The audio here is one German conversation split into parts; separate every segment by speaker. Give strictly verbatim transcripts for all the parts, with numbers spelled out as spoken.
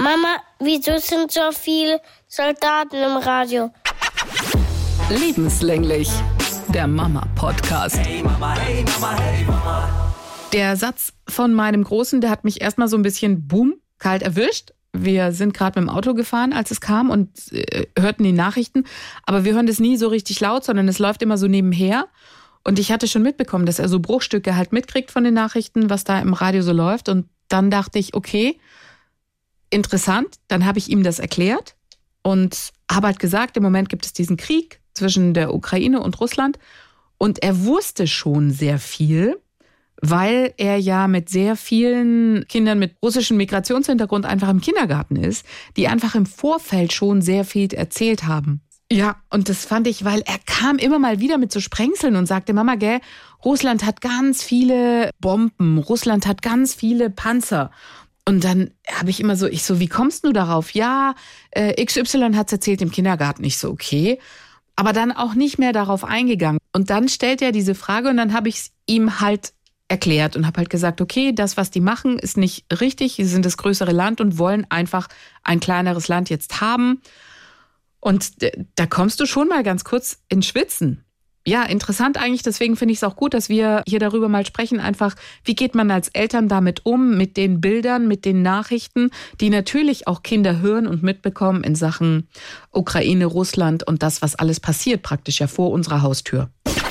Speaker 1: Mama, wieso sind so viele Soldaten im Radio?
Speaker 2: Lebenslänglich, der Mama-Podcast.
Speaker 3: Hey Mama, hey Mama, hey Mama.
Speaker 2: Der Satz von meinem Großen, der hat mich erstmal so ein bisschen boom, kalt erwischt. Wir sind gerade mit dem Auto gefahren, als es kam und äh, hörten die Nachrichten. Aber wir hören das nie so richtig laut, sondern es läuft immer so nebenher. Und ich hatte schon mitbekommen, dass er so Bruchstücke halt mitkriegt von den Nachrichten, was da im Radio so läuft. Und dann dachte ich, okay, interessant. Dann habe ich ihm das erklärt und habe halt gesagt, im Moment gibt es diesen Krieg zwischen der Ukraine und Russland. Und er wusste schon sehr viel, weil er ja mit sehr vielen Kindern mit russischem Migrationshintergrund einfach im Kindergarten ist, die einfach im Vorfeld schon sehr viel erzählt haben. Ja, und das fand ich, weil er kam immer mal wieder mit so Sprengseln und sagte, Mama, gell, Russland hat ganz viele Bomben, Russland hat ganz viele Panzer. Und dann habe ich immer so, ich so, wie kommst du darauf? Ja, äh, X Y hat's erzählt im Kindergarten. Ich so, okay. Aber dann auch nicht mehr darauf eingegangen. Und dann stellt er diese Frage und dann habe ich es ihm halt erklärt und habe halt gesagt, okay, das, was die machen, ist nicht richtig. Sie sind das größere Land und wollen einfach ein kleineres Land jetzt haben. Und da kommst du schon mal ganz kurz ins Schwitzen. Ja, interessant eigentlich. Deswegen finde ich es auch gut, dass wir hier darüber mal sprechen. Einfach, wie geht man als Eltern damit um, mit den Bildern, mit den Nachrichten, die natürlich auch Kinder hören und mitbekommen in Sachen Ukraine, Russland und das, was alles passiert, praktisch ja vor unserer Haustür.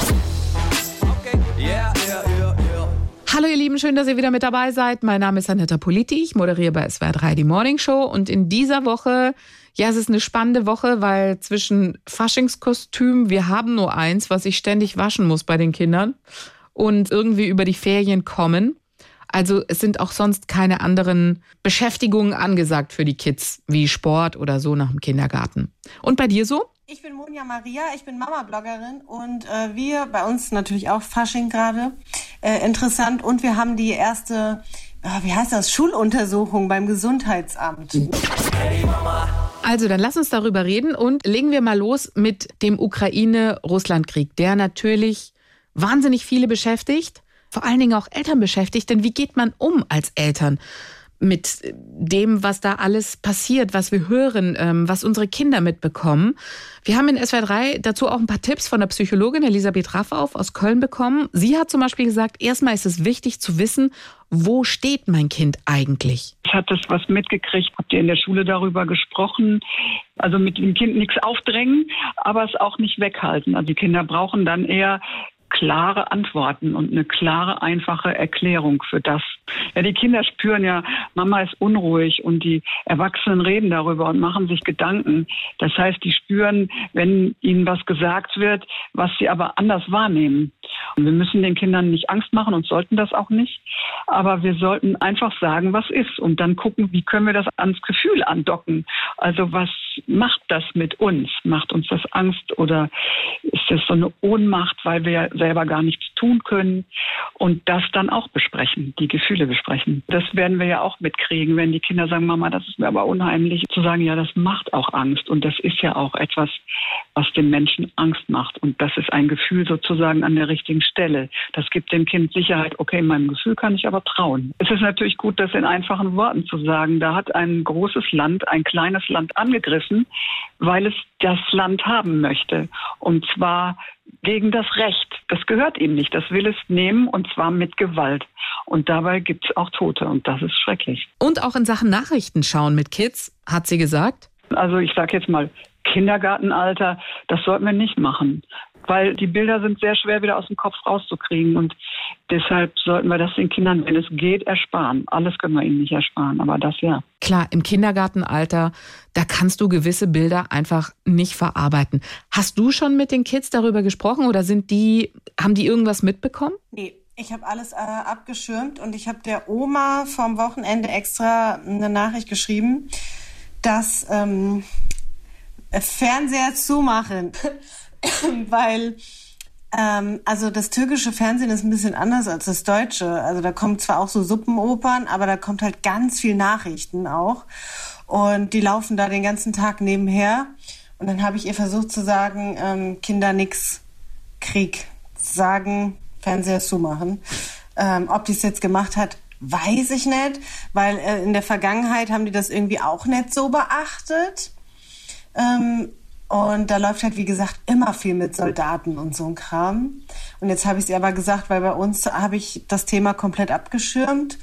Speaker 3: Okay. Yeah, yeah, yeah, yeah.
Speaker 2: Hallo ihr Lieben, schön, dass ihr wieder mit dabei seid. Mein Name ist Anetta Politi, ich moderiere bei S W R drei die Morning Show und in dieser Woche, ja, es ist eine spannende Woche, weil zwischen Faschingskostüm, wir haben nur eins, was ich ständig waschen muss bei den Kindern und irgendwie über die Ferien kommen. Also es sind auch sonst keine anderen Beschäftigungen angesagt für die Kids, wie Sport oder so nach dem Kindergarten. Und bei dir so?
Speaker 4: Ich bin Monja Maria, ich bin Mama-Bloggerin und äh, wir, bei uns natürlich auch Fasching gerade, äh, interessant. Und wir haben die erste, äh, wie heißt das, Schuluntersuchung beim Gesundheitsamt.
Speaker 3: Hey Mama.
Speaker 2: Also dann lass uns darüber reden und legen wir mal los mit dem Ukraine-Russland-Krieg, der natürlich wahnsinnig viele beschäftigt, vor allen Dingen auch Eltern beschäftigt. Denn wie geht man um als Eltern mit dem, was da alles passiert, was wir hören, was unsere Kinder mitbekommen? Wir haben in S W R drei dazu auch ein paar Tipps von der Psychologin Elisabeth Raffauf aus Köln bekommen. Sie hat zum Beispiel gesagt, erstmal ist es wichtig zu wissen, wo steht mein Kind eigentlich?
Speaker 5: Hat das was mitgekriegt? Habt ihr in der Schule darüber gesprochen? Also mit dem Kind nichts aufdrängen, aber es auch nicht weghalten. Also die Kinder brauchen dann eher klare Antworten und eine klare, einfache Erklärung für das. Ja, die Kinder spüren ja, Mama ist unruhig und die Erwachsenen reden darüber und machen sich Gedanken. Das heißt, die spüren, wenn ihnen was gesagt wird, was sie aber anders wahrnehmen. Und wir müssen den Kindern nicht Angst machen und sollten das auch nicht. Aber wir sollten einfach sagen, was ist und dann gucken, wie können wir das ans Gefühl andocken. Also was macht das mit uns? Macht uns das Angst oder ist das so eine Ohnmacht, weil wir selber gar nichts tun können? Und das dann auch besprechen, die Gefühle besprechen. Das werden wir ja auch mitkriegen, wenn die Kinder sagen, Mama, das ist mir aber unheimlich. Zu sagen, ja, das macht auch Angst. Und das ist ja auch etwas, was dem Menschen Angst macht. Und das ist ein Gefühl sozusagen an der richtigen Stelle. Das gibt dem Kind Sicherheit, okay, meinem Gefühl kann ich aber trauen. Es ist natürlich gut, das in einfachen Worten zu sagen. Da hat ein großes Land, ein kleines Land angegriffen, weil es das Land haben möchte. Und zwar gegen das Recht. Das gehört ihm nicht. Das will es nehmen und zwar mit Gewalt. Und dabei gibt es auch Tote und das ist schrecklich.
Speaker 2: Und auch in Sachen Nachrichten schauen mit Kids, hat sie gesagt?
Speaker 5: Also ich sage jetzt mal Kindergartenalter, das sollten wir nicht machen. Weil die Bilder sind sehr schwer wieder aus dem Kopf rauszukriegen und deshalb sollten wir das den Kindern, wenn es geht, ersparen. Alles können wir ihnen nicht ersparen, aber das ja.
Speaker 2: Klar, im Kindergartenalter, da kannst du gewisse Bilder einfach nicht verarbeiten. Hast du schon mit den Kids darüber gesprochen oder sind die, haben die irgendwas mitbekommen?
Speaker 4: Nee, ich habe alles äh, abgeschirmt und ich habe der Oma vom Wochenende extra eine Nachricht geschrieben, dass ähm, Fernseher zumachen. Weil, ähm, also das türkische Fernsehen ist ein bisschen anders als das deutsche. Also da kommen zwar auch so Suppenopern, aber da kommt halt ganz viel Nachrichten auch. Und die laufen da den ganzen Tag nebenher. Und dann habe ich ihr versucht zu sagen, ähm, Kinder nix, Krieg. Sagen, Fernseher zumachen. Ähm, ob die es jetzt gemacht hat, weiß ich nicht, weil äh, in der Vergangenheit haben die das irgendwie auch nicht so beachtet. Ähm, und da läuft halt, wie gesagt, immer viel mit Soldaten und so ein Kram. Und jetzt habe ich es aber gesagt, weil bei uns habe ich das Thema komplett abgeschirmt.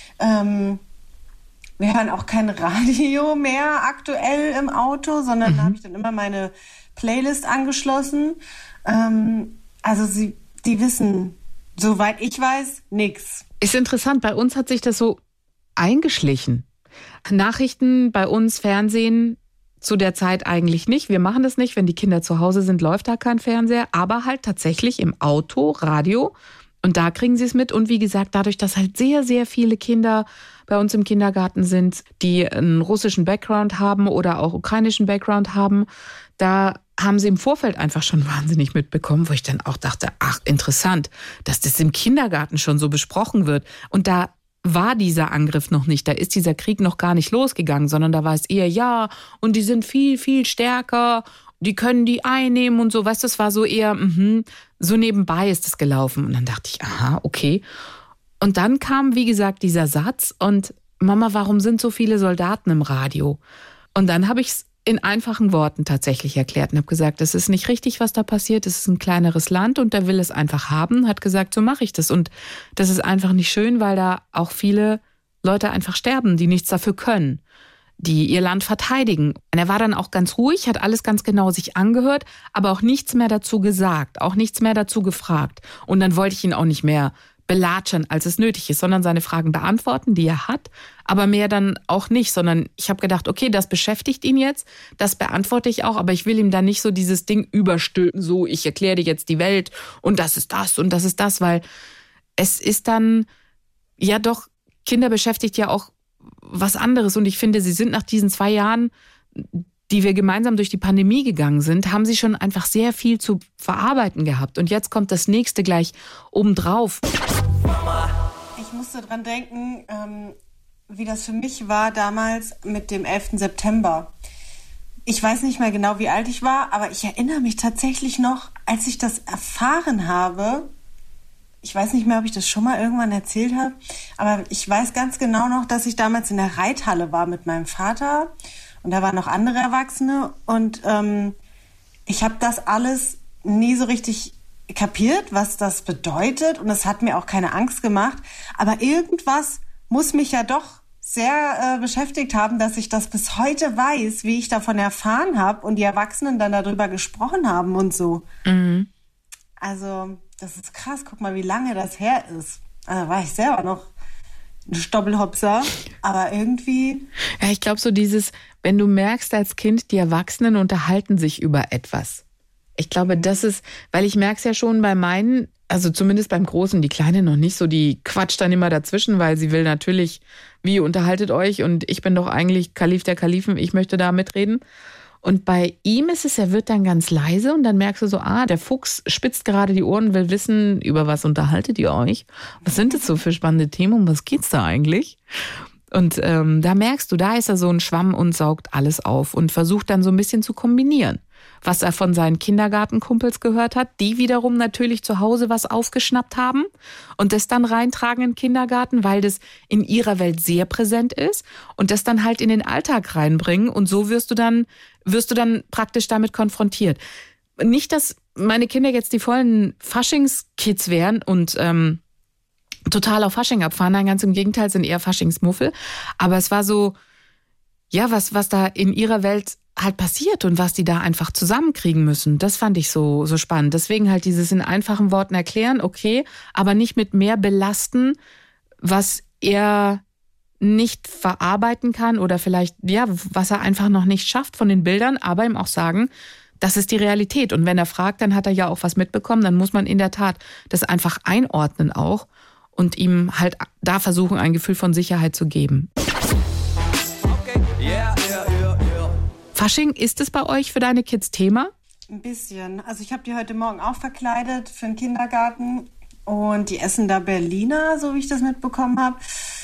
Speaker 4: Ähm, wir hören auch kein Radio mehr aktuell im Auto, sondern mhm. da habe ich dann immer meine Playlist angeschlossen. Ähm, also sie, die wissen, soweit ich weiß, nix.
Speaker 2: Ist interessant, bei uns hat sich das so eingeschlichen. Nachrichten bei uns, Fernsehen zu der Zeit eigentlich nicht. Wir machen das nicht, wenn die Kinder zu Hause sind, läuft da kein Fernseher, aber halt tatsächlich im Auto, Radio. Und da kriegen sie es mit. Und wie gesagt, dadurch, dass halt sehr, sehr viele Kinder bei uns im Kindergarten sind, die einen russischen Background haben oder auch ukrainischen Background haben, da haben sie im Vorfeld einfach schon wahnsinnig mitbekommen, wo ich dann auch dachte, ach, interessant, dass das im Kindergarten schon so besprochen wird. Und da war dieser Angriff noch nicht, da ist dieser Krieg noch gar nicht losgegangen, sondern da war es eher, ja, und die sind viel, viel stärker, die können die einnehmen und so, weißt du, es war so eher, mh, so nebenbei ist es gelaufen. Und dann dachte ich, aha, okay. Und dann kam, wie gesagt, dieser Satz und Mama, warum sind so viele Soldaten im Radio? Und dann habe ich es in einfachen Worten tatsächlich erklärt und habe gesagt, das ist nicht richtig, was da passiert, es ist ein kleineres Land und der will es einfach haben, hat gesagt, so mache ich das. Und das ist einfach nicht schön, weil da auch viele Leute einfach sterben, die nichts dafür können, die ihr Land verteidigen. Und er war dann auch ganz ruhig, hat alles ganz genau sich angehört, aber auch nichts mehr dazu gesagt, auch nichts mehr dazu gefragt. Und dann wollte ich ihn auch nicht mehr belatschern, als es nötig ist, sondern seine Fragen beantworten, die er hat, aber mehr dann auch nicht, sondern ich habe gedacht, okay, das beschäftigt ihn jetzt, das beantworte ich auch, aber ich will ihm dann nicht so dieses Ding überstülpen, so ich erkläre dir jetzt die Welt und das ist das und das ist das, weil es ist dann, ja doch, Kinder beschäftigt ja auch was anderes und ich finde, sie sind nach diesen zwei Jahren, die wir gemeinsam durch die Pandemie gegangen sind, haben sie schon einfach sehr viel zu verarbeiten gehabt. Und jetzt kommt das nächste gleich obendrauf.
Speaker 4: Ich musste dran denken, ähm, wie das für mich war damals mit dem elften September. Ich weiß nicht mehr genau, wie alt ich war, aber ich erinnere mich tatsächlich noch, als ich das erfahren habe, ich weiß nicht mehr, ob ich das schon mal irgendwann erzählt habe, aber ich weiß ganz genau noch, dass ich damals in der Reithalle war mit meinem Vater. Und da waren noch andere Erwachsene und ähm, ich habe das alles nie so richtig kapiert, was das bedeutet und es hat mir auch keine Angst gemacht. Aber irgendwas muss mich ja doch sehr äh, beschäftigt haben, dass ich das bis heute weiß, wie ich davon erfahren habe und die Erwachsenen dann darüber gesprochen haben und so. Mhm. Also das ist krass, guck mal, wie lange das her ist. Also war ich selber noch ein Stoppelhopser, aber irgendwie...
Speaker 2: Ja, ich glaube so dieses, wenn du merkst als Kind, die Erwachsenen unterhalten sich über etwas. Ich glaube, das ist, weil ich merke es ja schon bei meinen, also zumindest beim Großen, die Kleine noch nicht so, die quatscht dann immer dazwischen, weil sie will natürlich, wie unterhaltet euch und ich bin doch eigentlich Kalif der Kalifen, ich möchte da mitreden. Und bei ihm ist es, er wird dann ganz leise und dann merkst du so, ah, der Fuchs spitzt gerade die Ohren, will wissen, über was unterhaltet ihr euch? Was sind das so für spannende Themen? Um was geht's da eigentlich? Und ähm, da merkst du, da ist er so ein Schwamm und saugt alles auf und versucht dann so ein bisschen zu kombinieren, was er von seinen Kindergartenkumpels gehört hat, die wiederum natürlich zu Hause was aufgeschnappt haben und das dann reintragen in den Kindergarten, weil das in ihrer Welt sehr präsent ist und das dann halt in den Alltag reinbringen und so wirst du dann, wirst du dann praktisch damit konfrontiert. Nicht, dass meine Kinder jetzt die vollen Faschingskids wären und ähm, total auf Fasching abfahren, nein, ganz im Gegenteil, sind eher Faschingsmuffel, aber es war so, ja, was, was da in ihrer Welt halt passiert und was die da einfach zusammenkriegen müssen, das fand ich so, so spannend. Deswegen halt dieses in einfachen Worten erklären, okay, aber nicht mit mehr belasten, was er nicht verarbeiten kann oder vielleicht, ja, was er einfach noch nicht schafft von den Bildern, aber ihm auch sagen, das ist die Realität. Und wenn er fragt, dann hat er ja auch was mitbekommen, dann muss man in der Tat das einfach einordnen auch und ihm halt da versuchen, ein Gefühl von Sicherheit zu geben.
Speaker 3: Okay. Yeah, yeah, yeah, yeah.
Speaker 2: Fasching, ist es bei euch für deine Kids Thema?
Speaker 4: Ein bisschen. Also ich habe die heute Morgen auch verkleidet für den Kindergarten und die essen da Berliner, so wie ich das mitbekommen habe.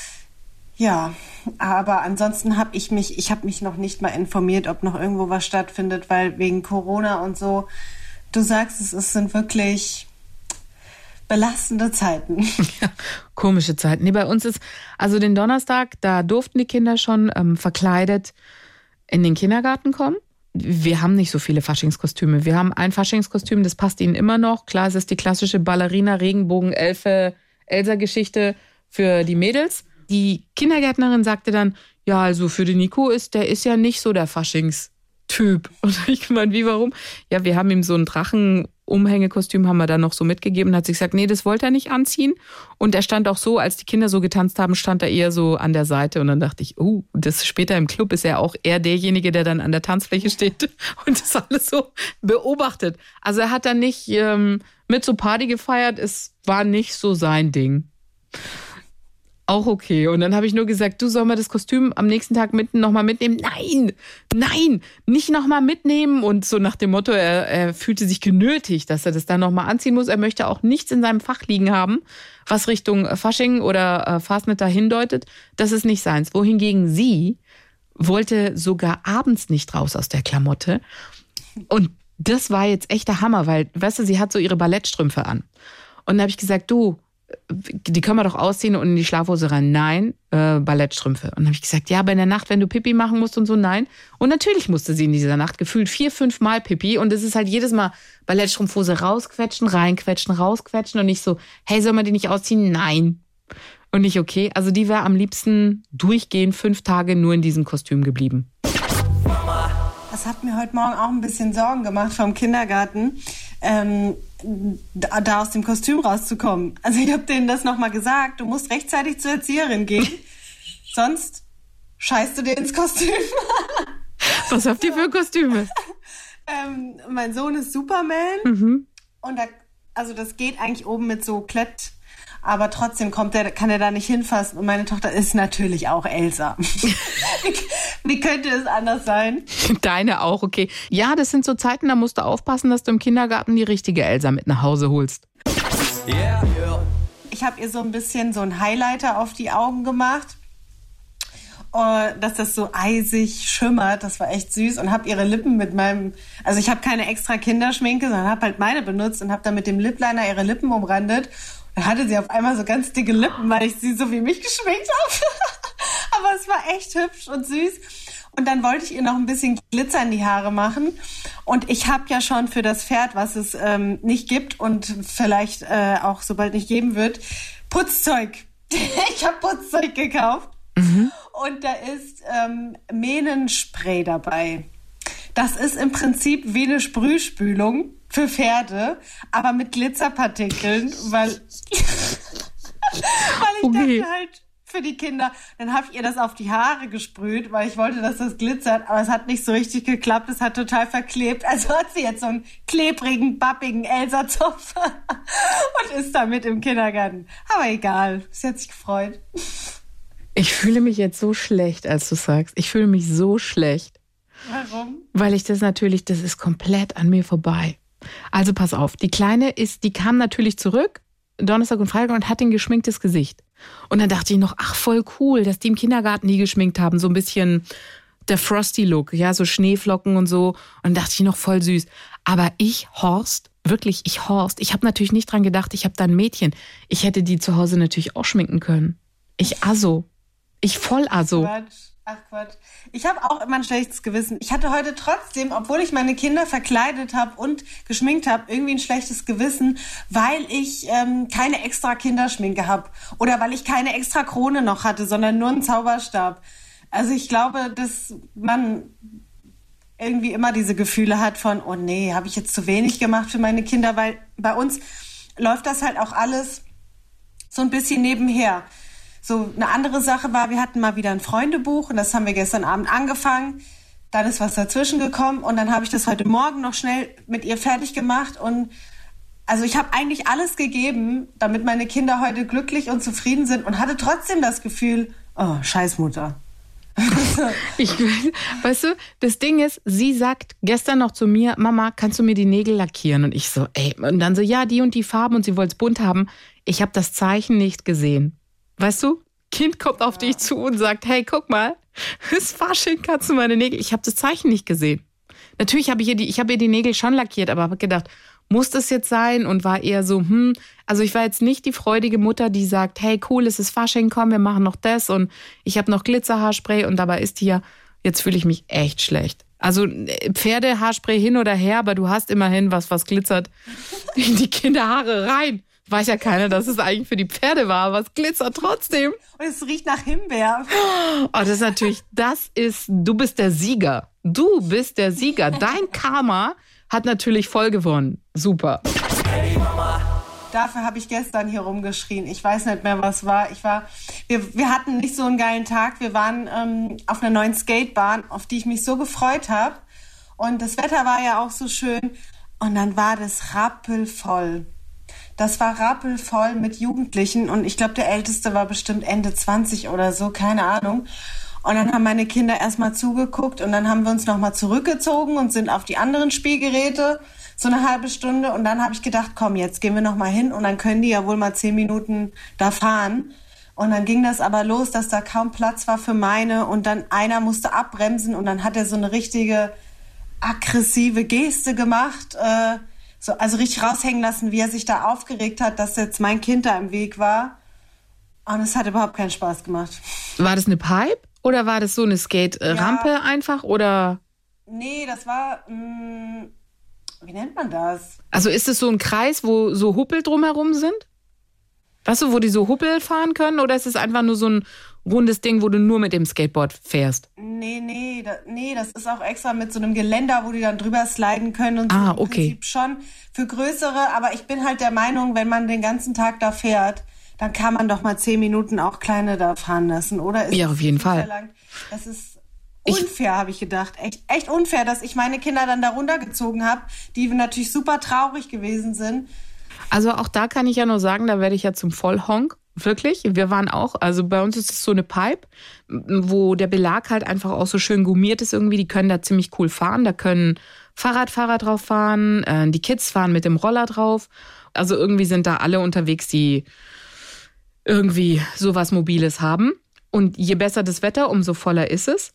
Speaker 4: Ja, aber ansonsten habe ich mich, ich habe mich noch nicht mal informiert, ob noch irgendwo was stattfindet, weil wegen Corona und so, du sagst es, es sind wirklich belastende Zeiten.
Speaker 2: Ja, komische Zeiten. Nee, bei uns ist, also den Donnerstag, da durften die Kinder schon ähm, verkleidet in den Kindergarten kommen. Wir haben nicht so viele Faschingskostüme. Wir haben ein Faschingskostüm, das passt ihnen immer noch. Klar, es ist die klassische Ballerina, Regenbogen, Elfe, Elsa-Geschichte für die Mädels. Die Kindergärtnerin sagte dann, ja, also für den Nico ist, der ist ja nicht so der Faschingstyp. Und ich gemeint, wie, warum? Ja, wir haben ihm so ein Drachen-Umhängekostüm, haben wir dann noch so mitgegeben. Und hat sich gesagt, nee, das wollte er nicht anziehen. Und er stand auch so, als die Kinder so getanzt haben, stand er eher so an der Seite. Und dann dachte ich, oh, das später im Club ist er auch eher derjenige, der dann an der Tanzfläche steht und das alles so beobachtet. Also er hat dann nicht ähm, mit so Party gefeiert. Es war nicht so sein Ding. Auch okay. Und dann habe ich nur gesagt, du, soll mal das Kostüm am nächsten Tag mitten nochmal mitnehmen? Nein, nein, nicht nochmal mitnehmen. Und so nach dem Motto, er, er fühlte sich genötigt, dass er das dann nochmal anziehen muss. Er möchte auch nichts in seinem Fach liegen haben, was Richtung Fasching oder äh, Fasnet dahin deutet. Das ist nicht seins. Wohingegen sie wollte sogar abends nicht raus aus der Klamotte. Und das war jetzt echt der Hammer, weil, weißt du, sie hat so ihre Ballettstrümpfe an. Und dann habe ich gesagt, du, die können wir doch ausziehen und in die Schlafhose rein. Nein, äh, Ballettstrümpfe. Und dann habe ich gesagt, ja, aber in der Nacht, wenn du Pipi machen musst und so, nein. Und natürlich musste sie in dieser Nacht gefühlt vier, fünf Mal Pipi. Und es ist halt jedes Mal Ballettstrumpfhose rausquetschen, reinquetschen, rausquetschen und nicht so, hey, soll man die nicht ausziehen? Nein. Und nicht okay. Also die wäre am liebsten durchgehend fünf Tage nur in diesem Kostüm geblieben.
Speaker 4: Das hat mir heute Morgen auch ein bisschen Sorgen gemacht vom Kindergarten. Ähm, da, da aus dem Kostüm rauszukommen. Also ich habe denen das nochmal gesagt, du musst rechtzeitig zur Erzieherin gehen, sonst scheißt du dir ins Kostüm.
Speaker 2: Was habt ihr für Kostüme?
Speaker 4: ähm, mein Sohn ist Superman
Speaker 2: Mhm.
Speaker 4: und da, also das geht eigentlich oben mit so Klett, aber trotzdem kommt der, kann er da nicht hinfassen und meine Tochter ist natürlich auch Elsa. wie, wie könnte es anders sein?
Speaker 2: Deine auch, okay. Ja, das sind so Zeiten, da musst du aufpassen, dass du im Kindergarten die richtige Elsa mit nach Hause holst.
Speaker 3: Yeah, yeah.
Speaker 4: Ich habe ihr so ein bisschen so einen Highlighter auf die Augen gemacht, uh, dass das so eisig schimmert. Das war echt süß und habe ihre Lippen mit meinem, also ich habe keine extra Kinderschminke, sondern habe halt meine benutzt und habe dann mit dem Lipliner ihre Lippen umrandet. Dann hatte sie auf einmal so ganz dicke Lippen, weil ich sie so wie mich geschminkt habe. Aber es war echt hübsch und süß. Und dann wollte ich ihr noch ein bisschen Glitzer in die Haare machen. Und ich habe ja schon für das Pferd, was es ähm, nicht gibt und vielleicht äh, auch sobald nicht geben wird, Putzzeug. Ich habe Putzzeug gekauft. Mhm. Und da ist ähm, Mähnenspray dabei. Das ist im Prinzip wie eine Sprühspülung für Pferde, aber mit Glitzerpartikeln, weil, weil ich
Speaker 2: Okay.
Speaker 4: dachte halt für die Kinder, dann habe ich ihr das auf die Haare gesprüht, weil ich wollte, dass das glitzert, aber es hat nicht so richtig geklappt, es hat total verklebt, also hat sie jetzt so einen klebrigen, babbigen Elsa-Zopf und ist damit im Kindergarten. Aber egal, sie hat sich gefreut.
Speaker 2: Ich fühle mich jetzt so schlecht, als du sagst. Ich fühle mich so schlecht.
Speaker 4: Warum?
Speaker 2: Weil ich das natürlich, das ist komplett an mir vorbei. Also pass auf, die Kleine ist, die kam natürlich zurück, Donnerstag und Freitag, und hat ein geschminktes Gesicht. Und dann dachte ich noch, ach voll cool, dass die im Kindergarten die geschminkt haben, so ein bisschen der Frosty-Look, ja, so Schneeflocken und so. Und dann dachte ich noch, voll süß. Aber ich, Horst, wirklich, ich, Horst, ich habe natürlich nicht dran gedacht, ich habe da ein Mädchen. Ich hätte die zu Hause natürlich auch schminken können. Ich Asso. Ich voll Asso.
Speaker 4: Quatsch. Ach Quatsch. Ich habe auch immer ein schlechtes Gewissen. Ich hatte heute trotzdem, obwohl ich meine Kinder verkleidet habe und geschminkt habe, irgendwie ein schlechtes Gewissen, weil ich ähm, keine extra Kinderschminke habe. Oder weil ich keine extra Krone noch hatte, sondern nur einen Zauberstab. Also ich glaube, dass man irgendwie immer diese Gefühle hat von, oh nee, habe ich jetzt zu wenig gemacht für meine Kinder, weil bei uns läuft das halt auch alles so ein bisschen nebenher. So, eine andere Sache war, wir hatten mal wieder ein Freundebuch und das haben wir gestern Abend angefangen. Dann ist was dazwischen gekommen und dann habe ich das heute Morgen noch schnell mit ihr fertig gemacht und also ich habe eigentlich alles gegeben, damit meine Kinder heute glücklich und zufrieden sind und hatte trotzdem das Gefühl, oh, Scheißmutter.
Speaker 2: Ich, weißt du, das Ding ist, sie sagt gestern noch zu mir, Mama, kannst du mir die Nägel lackieren? Und ich so, ey, und dann so, ja, die und die Farben und sie wollte es bunt haben. Ich habe das Zeichen nicht gesehen. Weißt du, Kind kommt auf dich zu und sagt, hey, guck mal, das Fasching, kannst du meine Nägel? Ich habe das Zeichen nicht gesehen. Natürlich habe ich ihr die, ich habe ihr die Nägel schon lackiert, aber habe gedacht, muss das jetzt sein? Und war eher so, hm, also ich war jetzt nicht die freudige Mutter, die sagt, hey cool, es ist Fasching, komm, wir machen noch das und ich habe noch Glitzerhaarspray und dabei ist die ja, jetzt fühle ich mich echt schlecht. Also Pferdehaarspray hin oder her, aber du hast immerhin was, was glitzert in die Kinderhaare rein. Weiß ja keiner, dass es eigentlich für die Pferde war, aber es glitzert trotzdem.
Speaker 4: Und es riecht nach Himbeer.
Speaker 2: Oh, das ist natürlich, das ist, du bist der Sieger. Du bist der Sieger. Dein Karma hat natürlich voll gewonnen. Super.
Speaker 3: Hey Mama.
Speaker 4: Dafür habe ich gestern hier rumgeschrien. Ich weiß nicht mehr, was war. Ich war, wir, wir hatten nicht so einen geilen Tag. Wir waren ähm, auf einer neuen Skatebahn, auf die ich mich so gefreut habe. Und das Wetter war ja auch so schön. Und dann war das rappelvoll. Das war rappelvoll mit Jugendlichen. Und ich glaube, der Älteste war bestimmt Ende zwanzig oder so, keine Ahnung. Und dann haben meine Kinder erstmal zugeguckt und dann haben wir uns nochmal zurückgezogen und sind auf die anderen Spielgeräte, so eine halbe Stunde. Und dann habe ich gedacht, komm, jetzt gehen wir nochmal hin und dann können die ja wohl mal zehn Minuten da fahren. Und dann ging das aber los, dass da kaum Platz war für meine und dann einer musste abbremsen und dann hat er so eine richtige aggressive Geste gemacht, äh, so, also richtig raushängen lassen, wie er sich da aufgeregt hat, dass jetzt mein Kind da im Weg war. Und es hat überhaupt keinen Spaß gemacht.
Speaker 2: War das eine Pipe oder war das so eine Skate-Rampe
Speaker 4: Ja.
Speaker 2: einfach oder?
Speaker 4: Nee, das war, mh, wie nennt man das?
Speaker 2: Also ist es so ein Kreis, wo so Huppel drumherum sind? Weißt du, wo die so Huppel fahren können oder ist es einfach nur so ein rundes Ding, wo du nur mit dem Skateboard fährst?
Speaker 4: Nee, nee, da, nee, das ist auch extra mit so einem Geländer, wo die dann drüber sliden können und
Speaker 2: Ah,
Speaker 4: so. Im
Speaker 2: okay.
Speaker 4: Prinzip schon für größere, aber ich bin halt der Meinung, wenn man den ganzen Tag da fährt, dann kann man doch mal zehn Minuten auch kleine da fahren lassen, oder? Ist
Speaker 2: Ja,
Speaker 4: das
Speaker 2: auf jeden
Speaker 4: zu
Speaker 2: Fall.
Speaker 4: verlangt? Das ist unfair, habe ich gedacht. Echt, echt unfair, dass ich meine Kinder dann da runtergezogen habe, die natürlich super traurig gewesen sind.
Speaker 2: Also auch da kann ich ja nur sagen, da werde ich ja zum Vollhonk. Wirklich. Wir waren auch, also bei uns ist es so eine Pipe, wo der Belag halt einfach auch so schön gummiert ist irgendwie. Die können da ziemlich cool fahren. Da können Fahrradfahrer drauf fahren. Äh, die Kids fahren mit dem Roller drauf. Also irgendwie sind da alle unterwegs, die irgendwie sowas Mobiles haben. Und je besser das Wetter, umso voller ist es.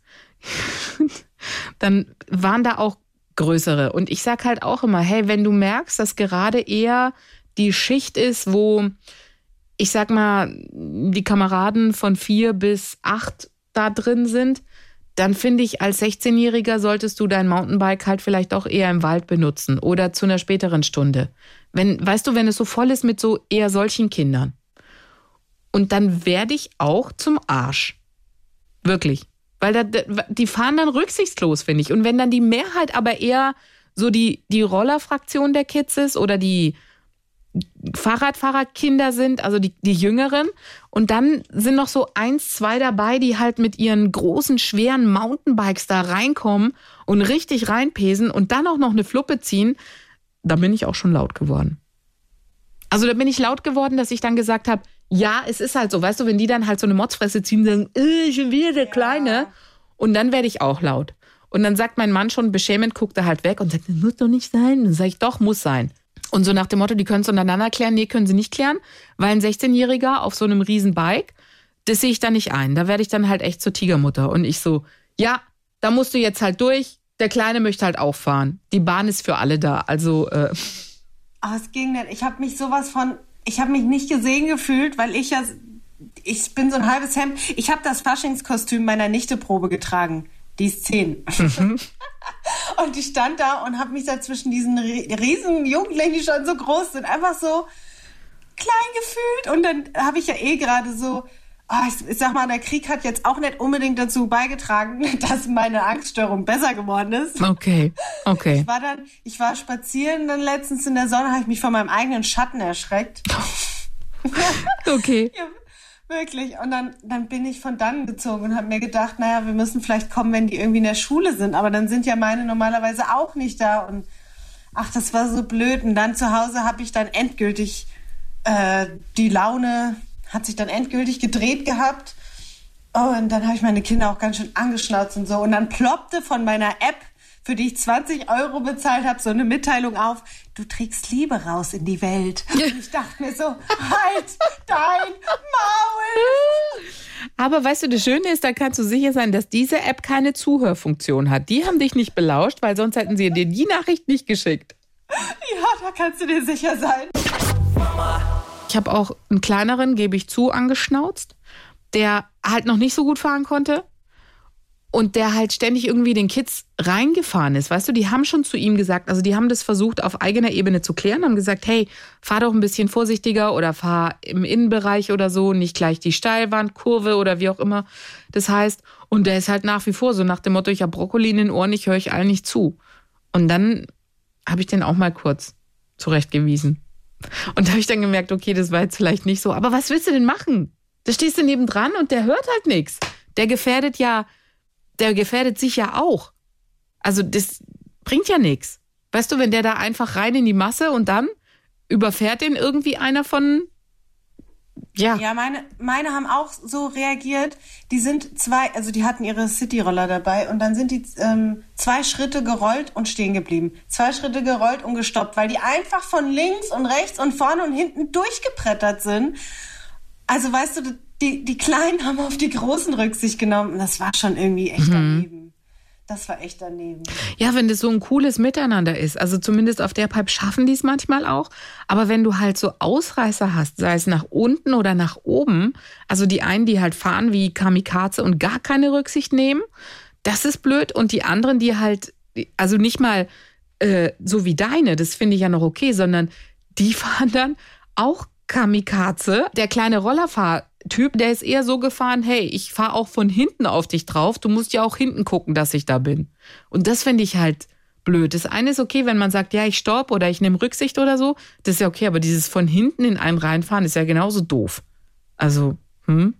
Speaker 2: Dann waren da auch größere. Und ich sag halt auch immer, hey, wenn du merkst, dass gerade eher die Schicht ist, wo, ich sag mal, die Kameraden von vier bis acht da drin sind, dann finde ich, als sechzehnjähriger solltest du dein Mountainbike halt vielleicht auch eher im Wald benutzen oder zu einer späteren Stunde. Wenn, weißt du, wenn es so voll ist mit so eher solchen Kindern. Und dann werde ich auch zum Arsch. Wirklich. Weil da, die fahren dann rücksichtslos, finde ich. Und wenn dann die Mehrheit aber eher so die, die Rollerfraktion der Kids ist oder die Fahrradfahrerkinder sind, also die, die Jüngeren. Und dann sind noch so eins, zwei dabei, die halt mit ihren großen, schweren Mountainbikes da reinkommen und richtig reinpesen und dann auch noch eine Fluppe ziehen. Da bin ich auch schon laut geworden. Also da bin ich laut geworden, dass ich dann gesagt habe, ja, es ist halt so, weißt du, wenn die dann halt so eine Motzfresse ziehen und sagen, äh, schon wieder der Kleine. Und dann werde ich auch laut. Und dann sagt mein Mann schon beschämend, guckt er halt weg und sagt, das muss doch nicht sein. Dann sage ich, doch, muss sein. Und so nach dem Motto, die können es untereinander klären. Nee, können sie nicht klären, weil ein sechzehnjähriger auf so einem riesen Bike, das sehe ich dann nicht ein. Da werde ich dann halt echt zur Tigermutter. Und ich so, ja, da musst du jetzt halt durch. Der Kleine möchte halt auch fahren. Die Bahn ist für alle da. Also, äh.
Speaker 4: Aber es ging nicht. Ich habe mich sowas von, ich habe mich nicht gesehen gefühlt, weil ich ja, ich bin so ein halbes Hemd. Ich habe das Faschingskostüm meiner Nichte-Probe getragen. Die ist zehn. Mhm. Und ich stand da und habe mich da zwischen diesen riesen Jugendlichen, die schon so groß sind, einfach so klein gefühlt. Und dann habe ich ja eh gerade so, oh, ich, ich sag mal, der Krieg hat jetzt auch nicht unbedingt dazu beigetragen, dass meine Angststörung besser geworden ist.
Speaker 2: Okay, okay.
Speaker 4: Ich war dann, ich war spazieren dann letztens in der Sonne, habe ich mich von meinem eigenen Schatten erschreckt.
Speaker 2: Okay.
Speaker 4: Ja, wirklich. Und dann, dann bin ich von dann gezogen und habe mir gedacht, naja, wir müssen vielleicht kommen, wenn die irgendwie in der Schule sind. Aber dann sind ja meine normalerweise auch nicht da. Und ach, das war so blöd. Und dann zu Hause habe ich dann endgültig äh, die Laune, hat sich dann endgültig gedreht gehabt. Oh, und dann habe ich meine Kinder auch ganz schön angeschnauzt und so. Und dann ploppte von meiner App, für die ich zwanzig Euro bezahlt habe, so eine Mitteilung auf, du trägst Liebe raus in die Welt. Und ich dachte mir so, halt dein Maul!
Speaker 2: Aber weißt du, das Schöne ist, da kannst du sicher sein, dass diese App keine Zuhörfunktion hat. Die haben dich nicht belauscht, weil sonst hätten sie dir die Nachricht nicht geschickt.
Speaker 4: Ja, da kannst du dir sicher sein.
Speaker 2: Ich habe auch einen kleineren, gebe ich zu, angeschnauzt, der halt noch nicht so gut fahren konnte und der halt ständig irgendwie den Kids reingefahren ist. Weißt du, die haben schon zu ihm gesagt, also die haben das versucht auf eigener Ebene zu klären, haben gesagt, hey, fahr doch ein bisschen vorsichtiger oder fahr im Innenbereich oder so, nicht gleich die Steilwand, Kurve oder wie auch immer das heißt. Und der ist halt nach wie vor so nach dem Motto, ich habe Brokkoli in den Ohren, ich höre euch allen nicht zu. Und dann habe ich den auch mal kurz zurechtgewiesen. Und da habe ich dann gemerkt, okay, das war jetzt vielleicht nicht so. Aber was willst du denn machen? Da stehst du nebendran und der hört halt nichts. Der gefährdet ja, der gefährdet sich ja auch. Also das bringt ja nichts. Weißt du, wenn der da einfach rein in die Masse und dann überfährt den irgendwie einer von... Ja.
Speaker 4: Ja, meine, meine haben auch so reagiert. Die sind zwei, also die hatten ihre Cityroller dabei und dann sind die ähm, zwei Schritte gerollt und stehen geblieben. Zwei Schritte gerollt und gestoppt, weil die einfach von links und rechts und vorne und hinten durchgebrettert sind. Also weißt du, die, die Kleinen haben auf die Großen Rücksicht genommen und das war schon irgendwie echt daneben. Das war echt daneben.
Speaker 2: Ja, wenn das so ein cooles Miteinander ist. Also zumindest auf der Pipe schaffen die es manchmal auch. Aber wenn du halt so Ausreißer hast, sei es nach unten oder nach oben, also die einen, die halt fahren wie Kamikaze und gar keine Rücksicht nehmen, das ist blöd. Und die anderen, die halt, also nicht mal äh, so wie deine, das finde ich ja noch okay, sondern die fahren dann auch Kamikaze. Der kleine Rollerfahrtyp, der ist eher so gefahren, hey, ich fahre auch von hinten auf dich drauf, du musst ja auch hinten gucken, dass ich da bin. Und das finde ich halt blöd. Das eine ist okay, wenn man sagt, ja, ich stopp oder ich nehme Rücksicht oder so, das ist ja okay, aber dieses von hinten in einen reinfahren ist ja genauso doof. Also, hm.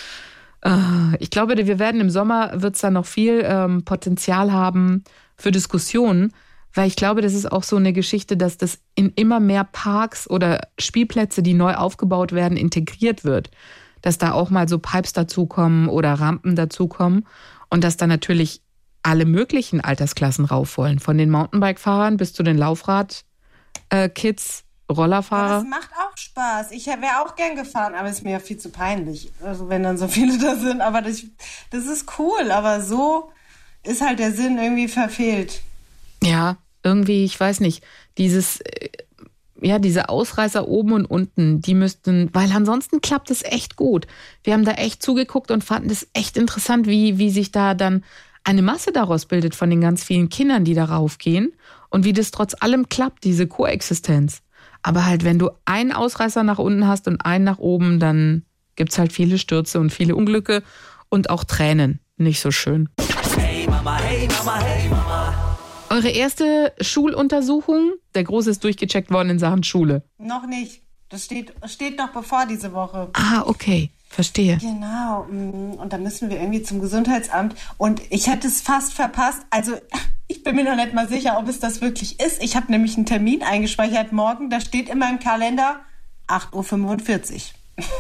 Speaker 2: Ich glaube, wir werden im Sommer, wird es da noch viel ähm, Potenzial haben für Diskussionen, weil ich glaube, das ist auch so eine Geschichte, dass das in immer mehr Parks oder Spielplätze, die neu aufgebaut werden, integriert wird. Dass da auch mal so Pipes dazukommen oder Rampen dazukommen und dass da natürlich alle möglichen Altersklassen rauf wollen. Von den Mountainbike-Fahrern bis zu den Laufrad-Kids, Rollerfahrer.
Speaker 4: Ja, das macht auch Spaß. Ich wäre auch gern gefahren, aber es ist mir ja viel zu peinlich, also wenn dann so viele da sind. Aber das, das ist cool, aber so ist halt der Sinn irgendwie verfehlt.
Speaker 2: Ja, irgendwie, ich weiß nicht, dieses, ja, diese Ausreißer oben und unten, die müssten, weil ansonsten klappt es echt gut. Wir haben da echt zugeguckt und fanden es echt interessant, wie, wie sich da dann eine Masse daraus bildet von den ganz vielen Kindern, die darauf gehen und wie das trotz allem klappt, diese Koexistenz. Aber halt, wenn du einen Ausreißer nach unten hast und einen nach oben, dann gibt's halt viele Stürze und viele Unglücke und auch Tränen. Nicht so schön.
Speaker 3: Hey Mama, hey Mama, hey Mama.
Speaker 2: Eure erste Schuluntersuchung, der Große ist durchgecheckt worden in Sachen Schule.
Speaker 4: Noch nicht. Das steht, steht noch bevor diese Woche.
Speaker 2: Ah, okay. Verstehe.
Speaker 4: Genau. Und dann müssen wir irgendwie zum Gesundheitsamt. Und ich hätte es fast verpasst. Also ich bin mir noch nicht mal sicher, ob es das wirklich ist. Ich habe nämlich einen Termin eingespeichert morgen. Da steht in meinem Kalender acht Uhr fünfundvierzig.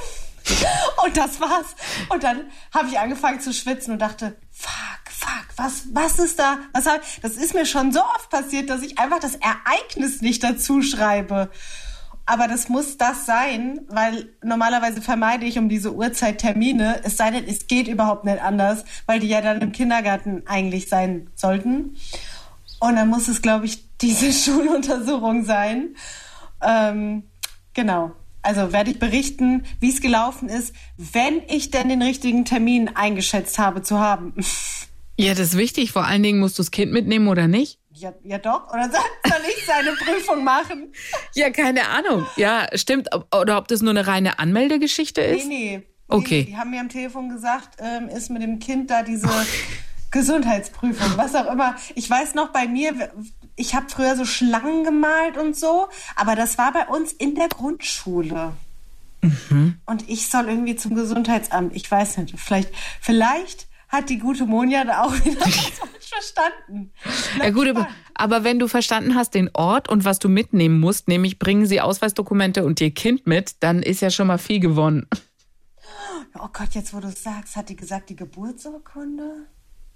Speaker 4: Und das war's. Und dann habe ich angefangen zu schwitzen und dachte, fuck, fuck, was, was ist da? Was hab, das ist mir schon so oft passiert, dass ich einfach das Ereignis nicht dazu schreibe. Aber das muss das sein, weil normalerweise vermeide ich um diese Uhrzeit Termine. Es sei denn, es geht überhaupt nicht anders, weil die ja dann im Kindergarten eigentlich sein sollten. Und dann muss es, glaube ich, diese Schuluntersuchung sein. Ähm, genau. Also werde ich berichten, wie es gelaufen ist, wenn ich denn den richtigen Termin eingeschätzt habe zu haben.
Speaker 2: Ja, das ist wichtig. Vor allen Dingen musst du das Kind mitnehmen oder nicht?
Speaker 4: Ja, ja doch. Oder soll, soll ich seine Prüfung machen?
Speaker 2: Ja, keine Ahnung. Ja, stimmt. Oder ob das nur eine reine Anmeldegeschichte ist?
Speaker 4: Nee, nee.
Speaker 2: Okay.
Speaker 4: Nee, die haben mir am Telefon gesagt, ähm, ist mit dem Kind da diese Gesundheitsprüfung, was auch immer. Ich weiß noch, bei mir, ich habe früher so Schlangen gemalt und so, aber das war bei uns in der Grundschule. Mhm. Und ich soll irgendwie zum Gesundheitsamt. Ich weiß nicht, vielleicht, vielleicht hat die gute Monja da auch wieder was falsch verstanden.
Speaker 2: Ja gut, aber, aber wenn du verstanden hast den Ort und was du mitnehmen musst, nämlich bringen sie Ausweisdokumente und ihr Kind mit, dann ist ja schon mal viel gewonnen.
Speaker 4: Oh Gott, jetzt wo du es sagst, hat die gesagt, die Geburtsurkunde?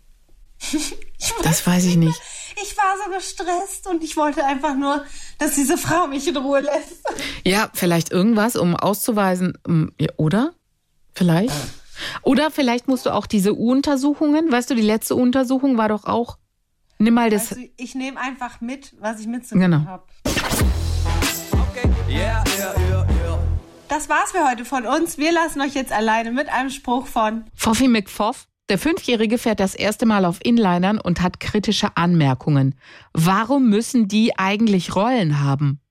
Speaker 2: Das weiß ich nicht.
Speaker 4: Ich war so gestresst und ich wollte einfach nur, dass diese Frau mich in Ruhe lässt.
Speaker 2: Ja, vielleicht irgendwas, um auszuweisen, oder? Vielleicht. Oder vielleicht musst du auch diese U-Untersuchungen, weißt du, die letzte U-Untersuchung war doch auch, nimm mal das.
Speaker 4: Also ich nehme einfach mit, was ich mitzunehmen
Speaker 2: genau.
Speaker 4: habe. das war's für heute von uns. Wir lassen euch jetzt alleine mit einem Spruch von
Speaker 2: Pfoffi McPfoff. Der Fünfjährige fährt das erste Mal auf Inlinern und hat kritische Anmerkungen. Warum müssen die eigentlich Rollen haben?